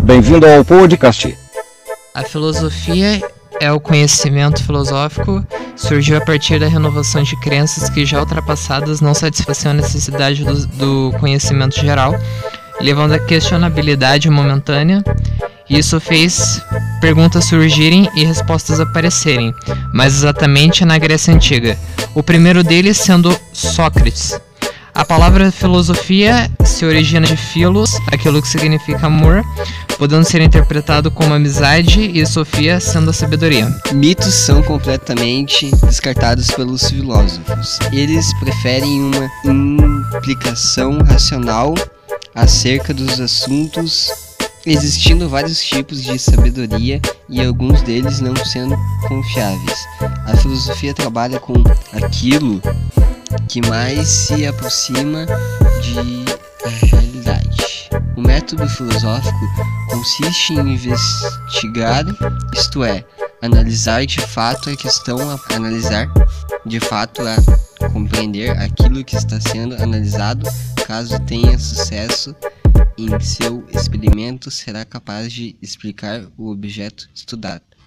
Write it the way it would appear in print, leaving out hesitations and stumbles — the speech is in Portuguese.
Bem-vindo ao podcast. A filosofia é o conhecimento filosófico, surgiu a partir da renovação de crenças que já ultrapassadas não satisfaziam a necessidade do conhecimento geral, levando à questionabilidade momentânea. Isso fez perguntas surgirem e respostas aparecerem, mais exatamente na Grécia Antiga, o primeiro deles sendo Sócrates. A palavra filosofia se origina de philos, aquilo que significa amor, podendo ser interpretado como amizade, e sofia sendo a sabedoria. Mitos são completamente descartados pelos filósofos. Eles preferem uma implicação racional acerca dos assuntos, existindo vários tipos de sabedoria e alguns deles não sendo confiáveis. A filosofia trabalha com aquilo que mais se aproxima de realidade. O método filosófico consiste em investigar, isto é, analisar de fato a questão, a compreender aquilo que está sendo analisado. Caso tenha sucesso em seu experimento, será capaz de explicar o objeto estudado.